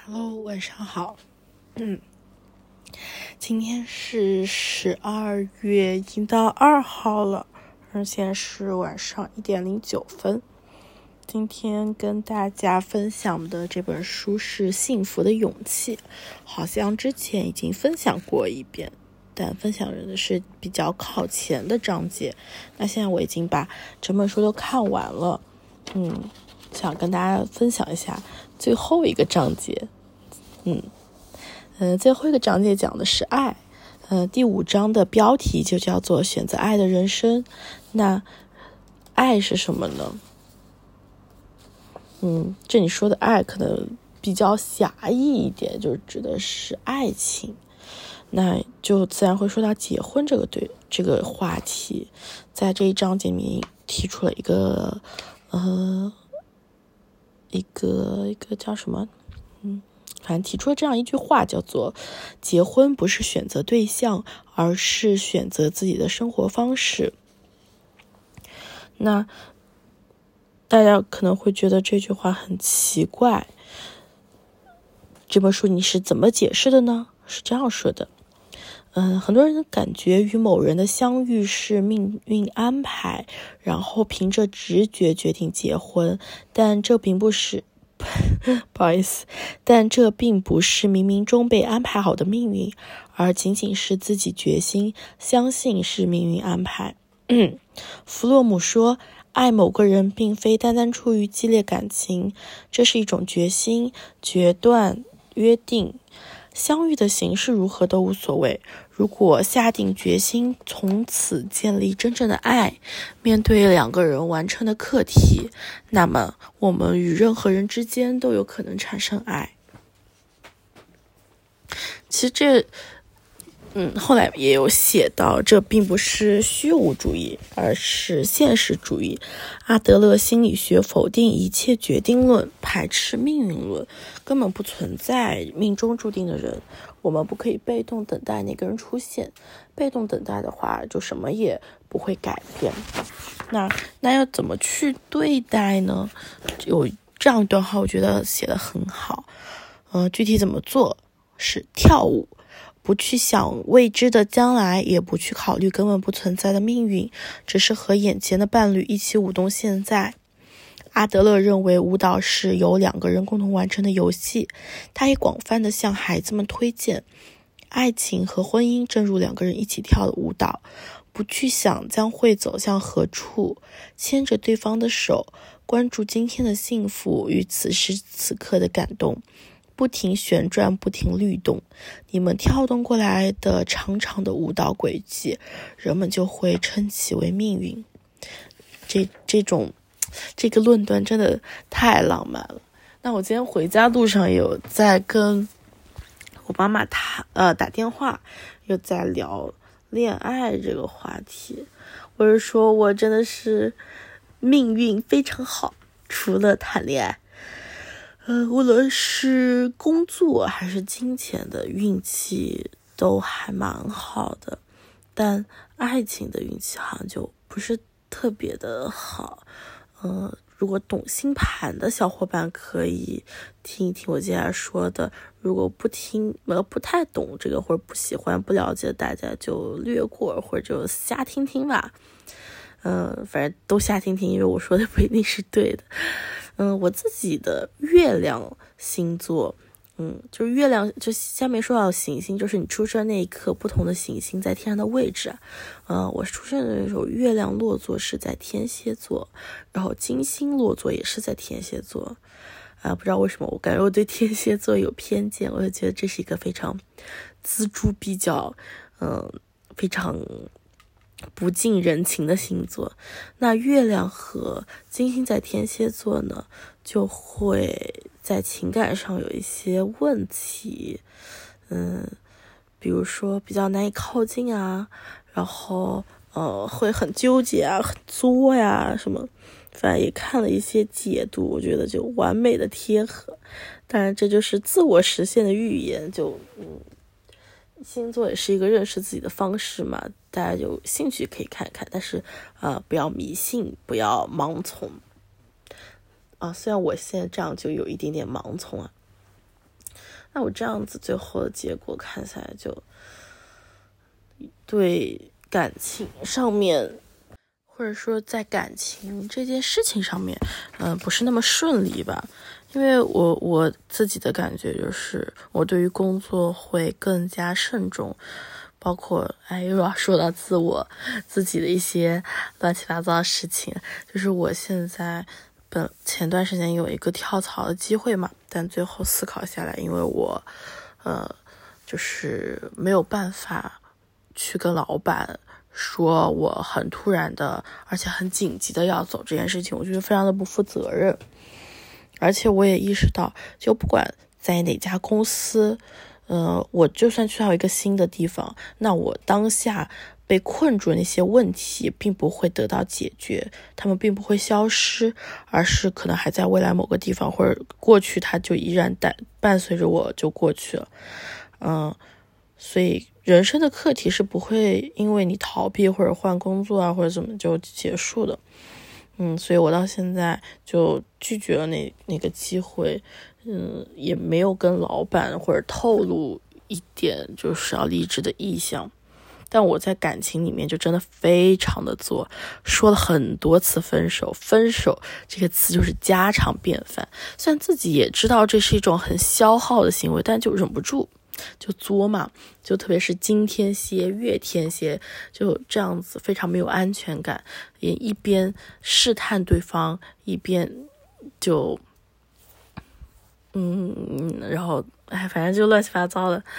Hello，晚上好。今天是12月已经到2号了，现在是晚上1点09分。今天跟大家分享的这本书是《幸福的勇气》，好像之前已经分享过一遍，但分享的是比较靠前的章节。那现在我已经把整本书都看完了，想跟大家分享一下最后一个章节。最后一个章节讲的是爱。第5章的标题就叫做选择爱的人生。那爱是什么呢？这里说的爱可能比较狭义一点，就指的是爱情。那就自然会说到结婚这个话题。在这一章节里面提出了一个叫什么？反正提出了这样一句话，叫做结婚不是选择对象，而是选择自己的生活方式。那大家可能会觉得这句话很奇怪，这本书你是怎么解释的呢？是这样说的，很多人感觉与某人的相遇是命运安排，然后凭着直觉决定结婚，但这并不是但这并不是冥冥中被安排好的命运，而仅仅是自己决心相信是命运安排。弗洛姆说，爱某个人并非单单出于激烈感情，这是一种决心、决断、约定。相遇的形式如何都无所谓，如果下定决心从此建立真正的爱，面对2个人完成的课题，那么我们与任何人之间都有可能产生爱。其实后来也有写到，这并不是虚无主义，而是现实主义。阿德勒心理学否定一切决定论，排斥命运论，根本不存在命中注定的人。我们不可以被动等待那个人出现，被动等待的话，就什么也不会改变。那要怎么去对待呢？有这样一段话，我觉得写得很好。具体怎么做？是跳舞。不去想未知的将来，也不去考虑根本不存在的命运，只是和眼前的伴侣一起舞动现在。阿德勒认为舞蹈是由2个人共同完成的游戏，他也广泛地向孩子们推荐，爱情和婚姻正如2个人一起跳的舞蹈，不去想将会走向何处，牵着对方的手，关注今天的幸福与此时此刻的感动，不停旋转，不停律动，你们跳动过来的长长的舞蹈轨迹，人们就会称其为命运。这个论断真的太浪漫了。那我今天回家路上有在跟我妈妈打电话，又在聊恋爱这个话题。我是说我真的是命运非常好，除了谈恋爱。无论是工作还是金钱的运气都还蛮好的，但爱情的运气好像就不是特别的好。如果懂星盘的小伙伴可以听一听我接下来说的，如果不太懂这个或者不喜欢不了解，大家就略过或者就瞎听听吧。反正都瞎听听，因为我说的不一定是对的。我自己的月亮星座，就是月亮，就下面说到行星，就是你出生那一刻不同的行星在天上的位置。我出生的时候月亮落座是在天蝎座，然后金星落座也是在天蝎座。不知道为什么我感觉我对天蝎座有偏见，我就觉得这是一个非常锱铢必较，非常不近人情的星座。那月亮和金星在天蝎座呢，就会在情感上有一些问题，比如说比较难以靠近啊，然后会很纠结啊，很作呀什么。反正也看了一些解读，我觉得就完美的贴合。当然这就是自我实现的预言，就星座也是一个认识自己的方式嘛，大家有兴趣可以看看，但是不要迷信，不要盲从。虽然我现在这样就有一点点盲从啊。 那我这样子最后的结果看下来，就对感情上面，或者说在感情这件事情上面，不是那么顺利吧。因为我自己的感觉就是，我对于工作会更加慎重，包括又要说到自己的一些乱七八糟的事情，就是我现在前段时间有一个跳槽的机会嘛，但最后思考下来，因为我就是没有办法去跟老板说我很突然的而且很紧急的要走这件事情，我觉得非常的不负责任。而且我也意识到，就不管在哪家公司，我就算去到一个新的地方，那我当下被困住的那些问题并不会得到解决，他们并不会消失，而是可能还在未来某个地方或者过去，它就依然伴随着我就过去了。所以人生的课题是不会因为你逃避或者换工作啊或者怎么就结束的。所以我到现在就拒绝了那个机会，也没有跟老板或者透露一点就是要离职的意向。但我在感情里面就真的非常的作，说了很多次分手这个词就是家常便饭。虽然自己也知道这是一种很消耗的行为，但就忍不住就作嘛，就特别是今天歇月天歇，就这样子非常没有安全感，也一边试探对方，一边就然后反正就乱七八糟的。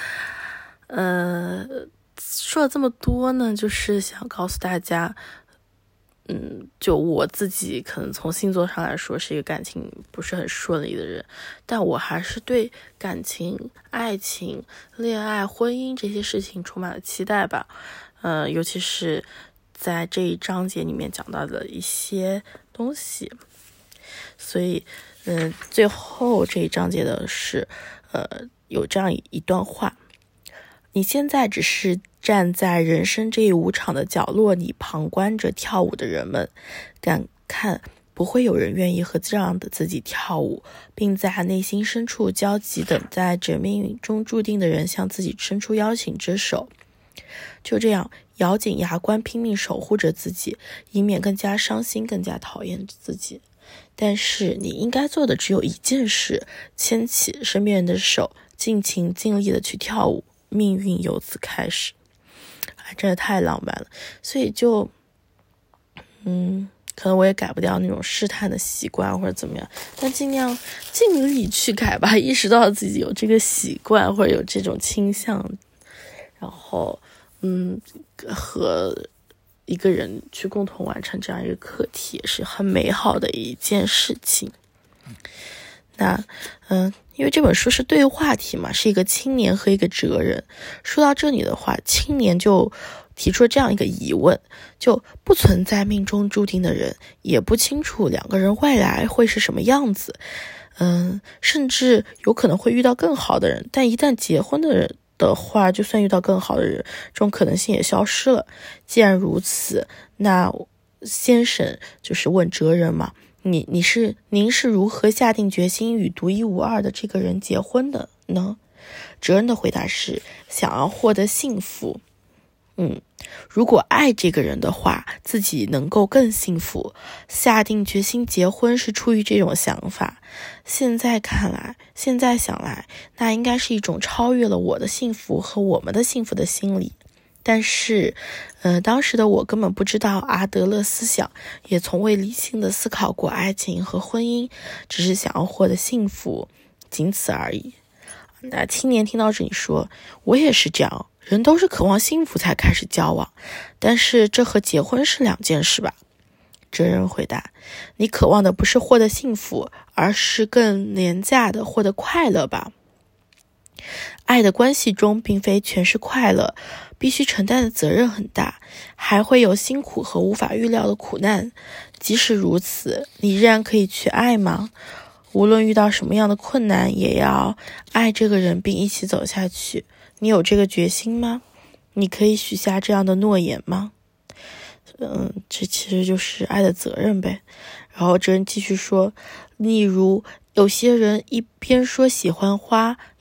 说了这么多呢，就是想告诉大家，就我自己可能从星座上来说是一个感情不是很顺利的人，但我还是对感情、爱情、恋爱、婚姻这些事情充满了期待吧。尤其是在这一章节里面讲到的一些东西。所以最后这一章节的是有这样一段话：你现在只是站在人生这一舞场的角落里，旁观着跳舞的人们，感看不会有人愿意和这样的自己跳舞，并在内心深处焦急等待着命运中注定的人向自己伸出邀请之手。就这样咬紧牙关拼命守护着自己，以免更加伤心，更加讨厌自己。但是你应该做的只有一件事，牵起身边人的手，尽情尽力的去跳舞，命运由此开始。真的太浪漫了。所以就可能我也改不掉那种试探的习惯或者怎么样，但尽力去改吧，意识到自己有这个习惯或者有这种倾向，然后和一个人去共同完成这样一个课题，也是很美好的一件事情。那因为这本书是对话题嘛，是一个青年和一个哲人。说到这里的话，青年就提出了这样一个疑问，就不存在命中注定的人，也不清楚两个人未来会是什么样子，甚至有可能会遇到更好的人，但一旦结婚的人的话，就算遇到更好的人，这种可能性也消失了。既然如此，那先生就是问哲人嘛，您是如何下定决心与独一无二的这个人结婚的呢？哲人的回答是想要获得幸福。如果爱这个人的话，自己能够更幸福，下定决心结婚是出于这种想法。现在想来，那应该是一种超越了我的幸福和我们的幸福的心理。但是当时的我根本不知道阿德勒思想，也从未理性的思考过爱情和婚姻，只是想要获得幸福，仅此而已。那青年听到这里说，我也是这样，人都是渴望幸福才开始交往，但是这和结婚是两件事吧？哲人回答，你渴望的不是获得幸福，而是更廉价的获得快乐吧。爱的关系中并非全是快乐，必须承担的责任很大，还会有辛苦和无法预料的苦难。即使如此，你依然可以去爱吗？无论遇到什么样的困难，也要爱这个人并一起走下去。你有这个决心吗？你可以许下这样的诺言吗？这其实就是爱的责任呗。然后哲人继续说，例如有些人一边说喜欢花，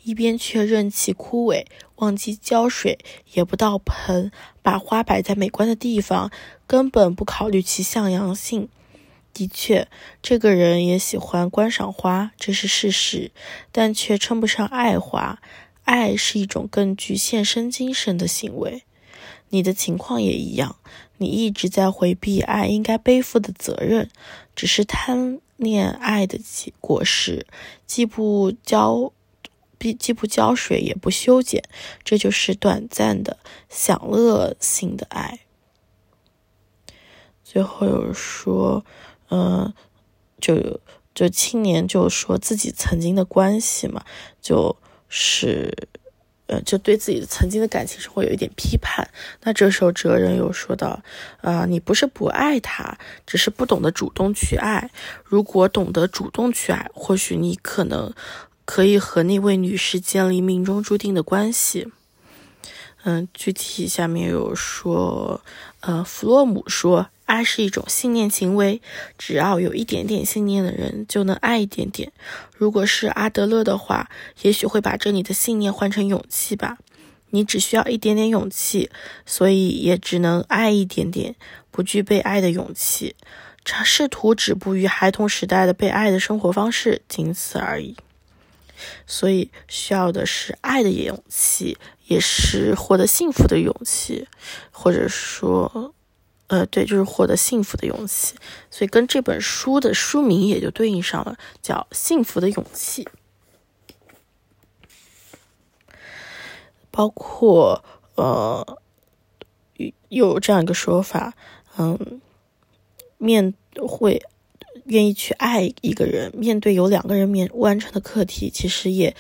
一边却任其枯萎，忘记浇水，也不倒盆，把花摆在美观的地方，根本不考虑其向阳性。的确，这个人也喜欢观赏花，这是事实，但却称不上爱花。爱是一种更具献身精神的行为。你的情况也一样，你一直在回避爱应该背负的责任，只是贪恋爱的果实，既不浇水也不修剪，这就是短暂的享乐性的爱。最后有说就青年就说自己曾经的关系嘛，就对自己曾经的感情生活有一点批判。那这时候哲人有说到你不是不爱他，只是不懂得主动去爱。如果懂得主动去爱，或许你可能可以和那位女士建立命中注定的关系。具体下面有说弗洛姆说，爱是一种信念行为，只要有一点点信念的人就能爱一点点。如果是阿德勒的话，也许会把这里的信念换成勇气吧。你只需要一点点勇气，所以也只能爱一点点，不具备爱的勇气，试图止步于孩童时代的被爱的生活方式，仅此而已。所以需要的是爱的勇气，也是获得幸福的勇气，或者说就是获得幸福的勇气。所以跟这本书的书名也就对应上了，叫幸福的勇气。包括有这样一个说法，愿意去爱一个人，面对有两个人完成的课题，其实也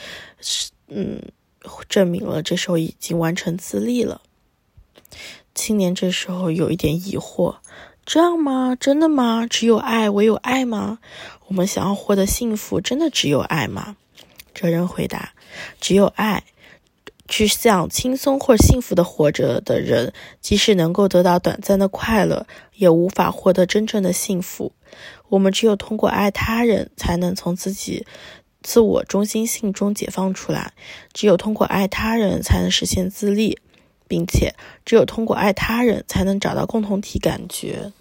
证明了这时候已经完成自立了。青年这时候有一点疑惑，这样吗？真的吗？只有爱，唯有爱吗？我们想要获得幸福，真的只有爱吗？哲人回答，只有爱。只想轻松或幸福的活着的人，即使能够得到短暂的快乐，也无法获得真正的幸福。我们只有通过爱他人，才能从自己自我中心性中解放出来，只有通过爱他人，才能实现自立，并且只有通过爱他人，才能找到共同体感觉。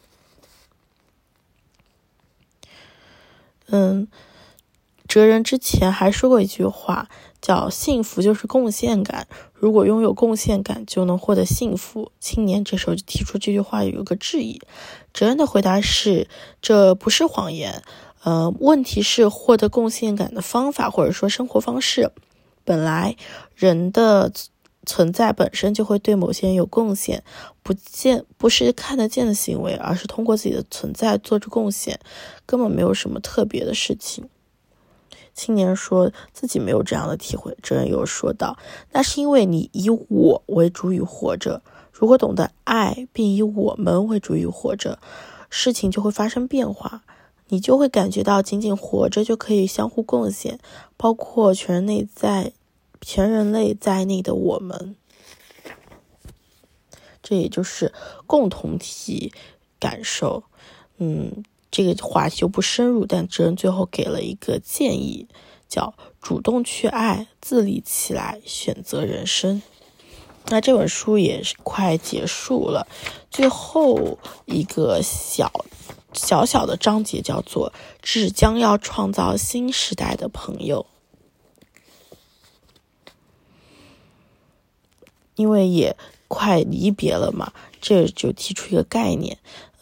哲人之前还说过一句话，叫幸福就是贡献感，如果拥有贡献感就能获得幸福。青年这时候就提出这句话有个质疑，哲人的回答是，这不是谎言，问题是获得贡献感的方法或者说生活方式。本来人的存在本身就会对某些人有贡献，不是看得见的行为，而是通过自己的存在做出贡献，根本没有什么特别的事情。青年说自己没有这样的体会，哲人又说道，那是因为你以我为主语活着，如果懂得爱并以我们为主语活着，事情就会发生变化，你就会感觉到仅仅活着就可以相互贡献，包括全人类在内的我们。这也就是共同体感受。这个话题就不深入，但哲人最后给了一个建议，叫主动去爱，自立起来，选择人生。那这本书也是快结束了，最后一个小的章节叫做致将要创造新时代的朋友。因为也快离别了嘛，这就提出一个概念，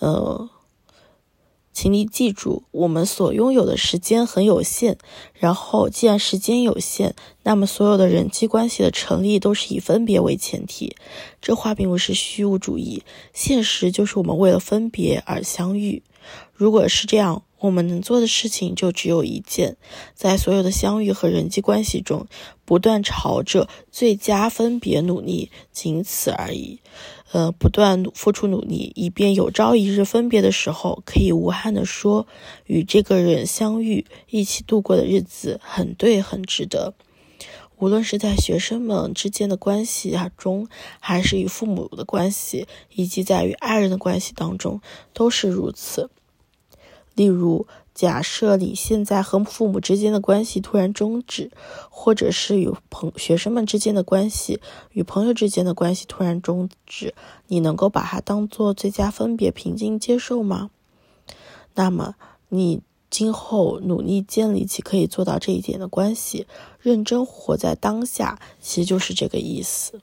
请你记住，我们所拥有的时间很有限，然后既然时间有限，那么所有的人际关系的成立都是以分别为前提。这话并不是虚无主义，现实就是我们为了分别而相遇。如果是这样，我们能做的事情就只有一件，在所有的相遇和人际关系中，不断朝着最佳分别努力，仅此而已。不断付出努力，以便有朝一日分别的时候，可以无憾地说，与这个人相遇，一起度过的日子很对，很值得。无论是在学生们之间的关系中，还是与父母的关系，以及在与爱人的关系当中，都是如此。例如， 假设你现在和父母之间的关系突然终止，或者是与学生们之间的关系、与朋友之间的关系突然终止，你能够把它当作最佳分别，平静接受吗？那么你今后努力建立起可以做到这一点的关系，认真活在当下，其实就是这个意思。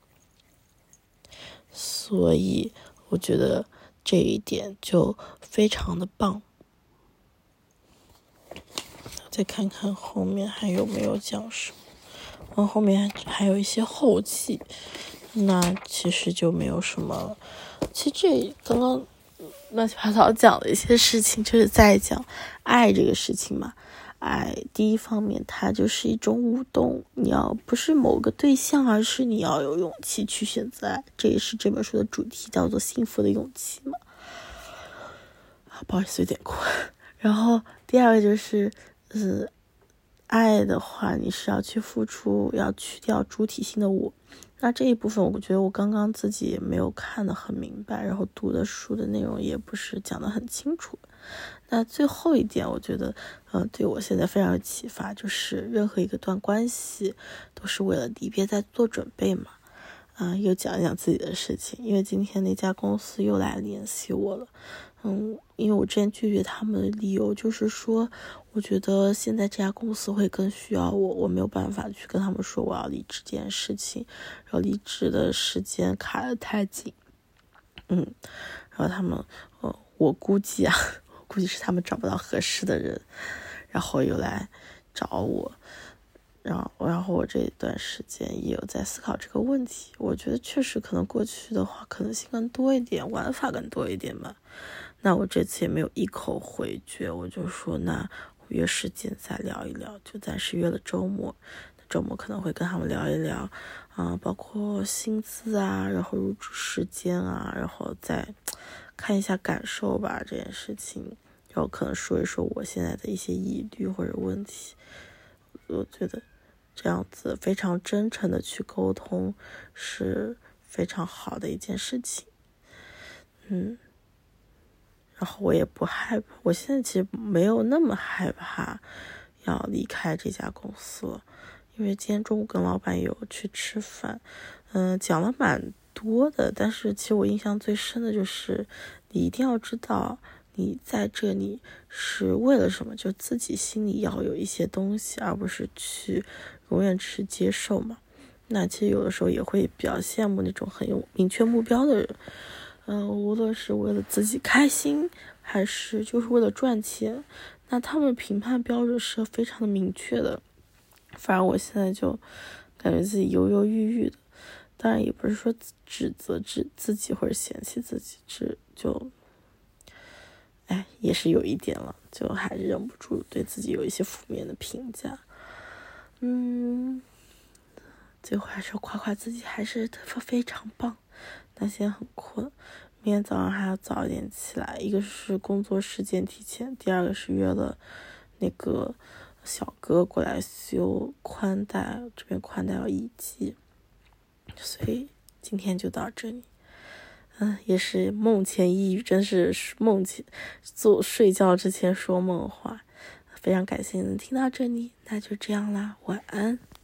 所以我觉得这一点就非常的棒。再看看后面还有没有讲什么，后面还有一些后记，那其实就没有什么了。其实这刚刚乱七八糟讲的一些事情，就是在讲爱这个事情嘛。爱第一方面，它就是一种舞动，你要不是某个对象，而是你要有勇气去选择爱，这也是这本书的主题，叫做幸福的勇气嘛。不好意思，有点困。然后第二个就是爱的话，你是要去付出，要去掉主体性的我。那这一部分我觉得我刚刚自己也没有看得很明白，然后读的书的内容也不是讲得很清楚。那最后一点我觉得对我现在非常有启发，就是任何一个段关系都是为了离别在做准备嘛。又讲一讲自己的事情，因为今天那家公司又来联系我了。因为我之前拒绝他们的理由就是说，我觉得现在这家公司会更需要我没有办法去跟他们说我要离职这件事情，然后离职的时间卡得太紧。然后他们我估计是他们找不到合适的人，然后又来找我。然后我这一段时间也有在思考这个问题，我觉得确实可能过去的话可能性更多一点，玩法更多一点吧。那我这次也没有一口回绝，我就说那我约时间再聊一聊，就暂时约了周末可能会跟他们聊一聊包括薪资然后入职时间然后再看一下感受吧这件事情，然后可能说一说我现在的一些疑虑或者问题。我觉得这样子非常真诚的去沟通是非常好的一件事情。然后我也不害怕，我现在其实没有那么害怕要离开这家公司了，因为今天中午跟老板有去吃饭，讲了蛮多的，但是其实我印象最深的就是你一定要知道你在这里是为了什么，就自己心里要有一些东西，而不是去永远只是接受嘛。那其实有的时候也会比较羡慕那种很有明确目标的人，无论是为了自己开心还是就是为了赚钱，那他们评判标准是非常的明确的。反而我现在就感觉自己犹犹豫豫的，当然也不是说指责自己或者嫌弃自己，也是有一点了，就还是忍不住对自己有一些负面的评价。最后还是要夸夸自己，还是非常棒。但现在很困，明天早上还要早一点起来，一个是工作时间提前，第二个是约了那个小哥过来修宽带，这边宽带要移机，所以今天就到这里。也是梦前抑郁，真是梦前睡觉之前说梦话。非常感谢能听到这里，那就这样啦，晚安。